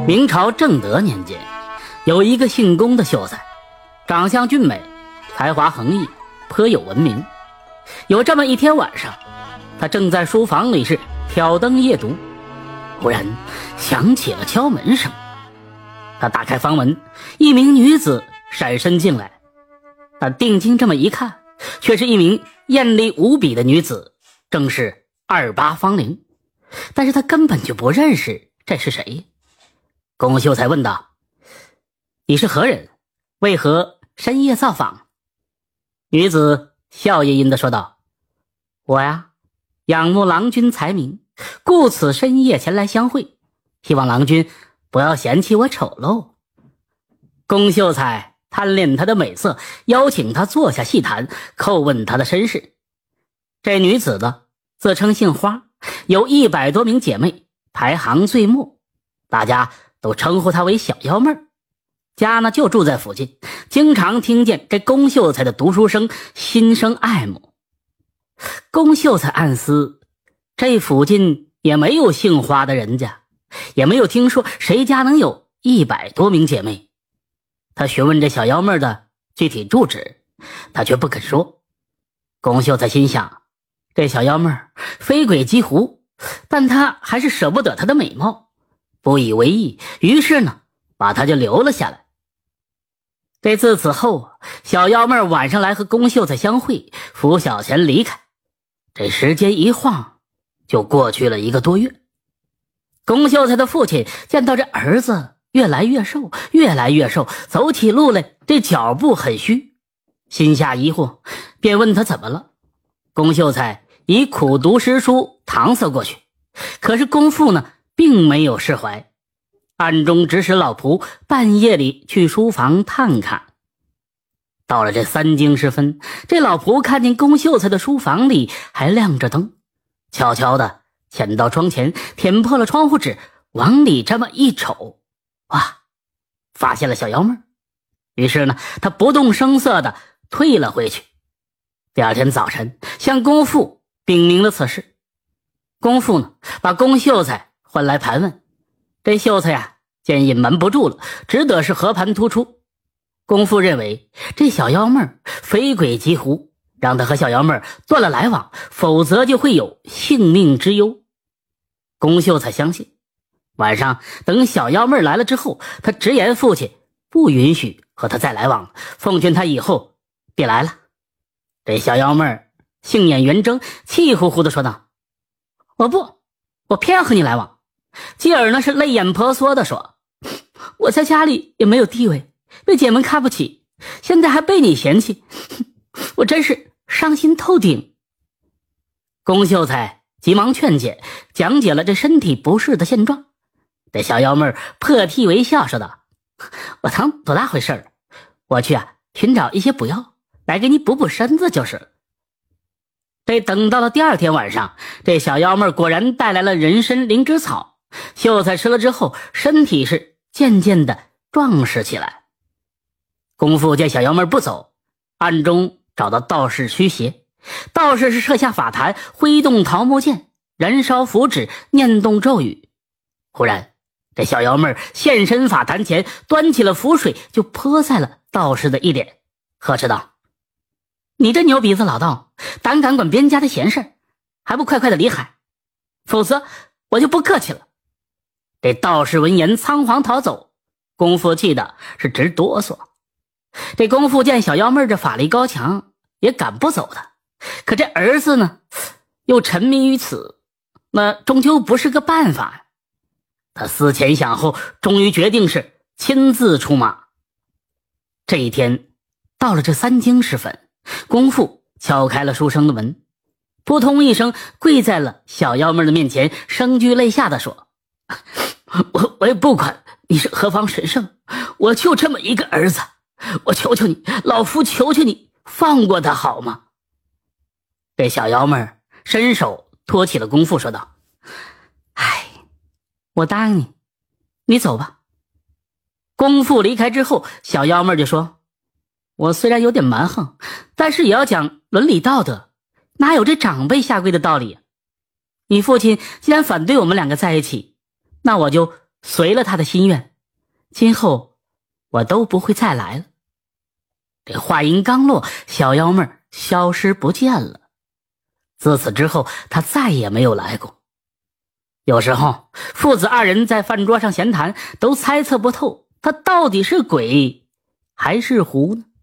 明朝正德年间，有一个姓龚的秀才，长相俊美，才华横溢，颇有闻名。有这么一天晚上，他正在书房里是挑灯夜读，忽然响起了敲门声。他打开房门，一名女子闪身进来。他定睛这么一看，却是一名艳丽无比的女子，正是28芳龄。但是他根本就不认识这是谁。龚秀才问道：“你是何人？为何深夜造访？”女子笑吟吟地说道：“我呀，仰慕郎君才名，故此深夜前来相会，希望郎君不要嫌弃我丑陋。”龚秀才贪恋她的美色，邀请她坐下细谈，叩问她的身世。这女子呢，自称姓花，有100多名姐妹，排行最末，大家都称呼她为小幺妹儿。家呢就住在附近，经常听见这龚秀才的读书声，心生爱慕。龚秀才暗思，这附近也没有姓花的人家，也没有听说谁家能有100多名姐妹。他询问这小幺妹的具体住址，他却不肯说。龚秀才心想，这小幺妹非鬼即狐，但他还是舍不得她的美貌，不以为意，于是呢把她就留了下来。这自此后，小幺妹晚上来和龚秀才相会，付小钱离开。这时间一晃就过去了1个多月。龚秀才的父亲见到这儿子越来越瘦，越来越瘦，走起路来这脚步很虚，心下疑惑，便问他怎么了。龚秀才以苦读诗书搪塞过去，可是龚父呢并没有释怀，暗中指使老仆半夜里去书房探看。到了这3更时分，这老仆看见龚秀才的书房里还亮着灯，悄悄地潜到窗前，舔破了窗户纸，往里这么一瞅，哇，发现了小幺妹。于是呢他不动声色地退了回去。第二天早晨向龚父禀明了此事。龚父呢把龚秀才唤来盘问。这秀才呀见隐瞒不住了，只得是和盘突出。龚父认为这小幺妹非鬼即狐，让他和小幺妹断了来往，否则就会有性命之忧。龚秀才相信。晚上等小幺妹来了之后，他直言父亲不允许和他再来往了，奉劝他以后别来了。这小幺妹杏眼圆睁，气呼呼地说道：“我偏要和你来往。”继而呢是泪眼婆娑地说：“我在家里也没有地位，被姐们看不起，现在还被你嫌弃，我真是伤心透顶。”龚秀才急忙劝解，讲解了这身体不适的现状。这小幺妹破涕为笑说道：“我当多大回事，我去寻找一些补药来给你补补身子就是了。”这等到了第2天晚上，这小幺妹果然带来了人参灵芝草，秀才吃了之后，身体是渐渐的壮实起来。龚父见小幺妹不走，暗中找到道士驱邪。道士是设下法坛，挥动桃木剑，燃烧符纸，念动咒语。忽然这小幺妹现身法坛前，端起了符水就泼在了道士的一脸，呵斥道：“你这牛鼻子老道，胆敢管别人家的闲事，还不快快的离开，否则我就不客气了。”这道士闻言仓皇逃走，龚父气的是直哆嗦。这龚父见小幺妹这法力高强，也赶不走他，可这儿子呢又沉迷于此，那终究不是个办法。他思前想后，终于决定是亲自出马。这一天到了这3更时分，龚父敲开了书生的门，扑通一声跪在了小幺妹的面前，声俱泪下的说：“我也不管你是何方神圣，我就这么一个儿子，我求求你，老夫求求你放过他好吗？”这小幺妹伸手托起了龚父说道：“哎，我答应你，你走吧。”龚父离开之后，小幺妹就说：“我虽然有点蛮横，但是也要讲伦理道德，哪有这长辈下跪的道理？你父亲既然反对我们2个在一起，那我就随了他的心愿，今后我都不会再来了。这话音刚落，小幺妹消失不见了。自此之后，他再也没有来过。有时候父子二人在饭桌上闲谈，都猜测不透他到底是鬼还是狐呢。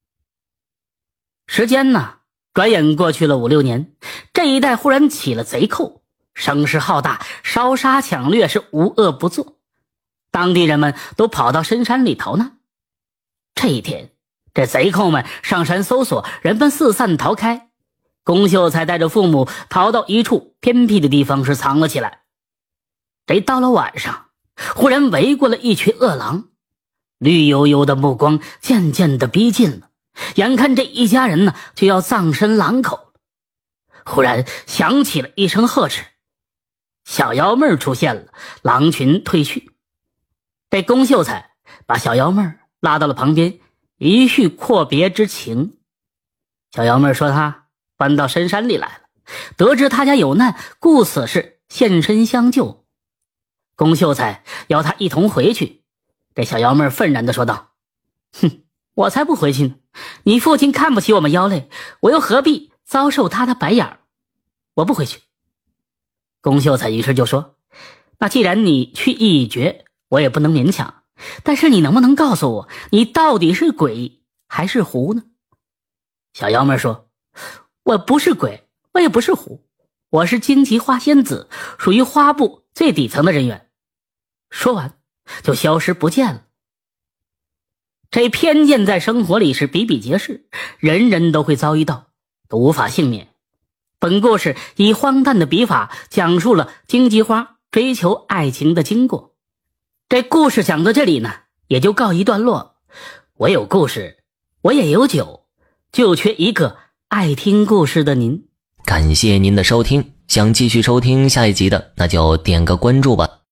时间呢，转眼过去了5、6年，这一带忽然起了贼寇，声势浩大，烧杀抢掠是无恶不作，当地人们都跑到深山里逃难。这一天，这贼寇们上山搜索，人们四散逃开，龚秀才带着父母逃到一处偏僻的地方是藏了起来。这到了晚上，忽然围过了一群恶狼，绿油油的目光渐渐地逼近了，眼看这一家人呢就要葬身狼口了。忽然响起了一声呵斥，小幺妹出现了，狼群退去。这龚秀才把小幺妹拉到了旁边，一叙阔别之情。小幺妹说她搬到深山里来了，得知他家有难，故此是现身相救。龚秀才邀他一同回去。这小幺妹愤然地说道：哼，我才不回去呢，你父亲看不起我们妖类，我又何必遭受他的白眼？我不回去。龚秀才于是就说：那既然你去意已决，我也不能勉强，但是你能不能告诉我，你到底是鬼还是狐呢？小妖妹说：我不是鬼，我也不是狐，我是荆棘花仙子，属于花部最底层的人员。说完就消失不见了。这偏见在生活里是比比皆是，人人都会遭遇到，都无法幸免。本故事以荒诞的笔法讲述了荆棘花追求爱情的经过。这故事讲到这里呢，也就告一段落。我有故事，我也有酒，就缺一个爱听故事的您。 感谢您的收听，想继续收听下一集的，那就点个关注吧。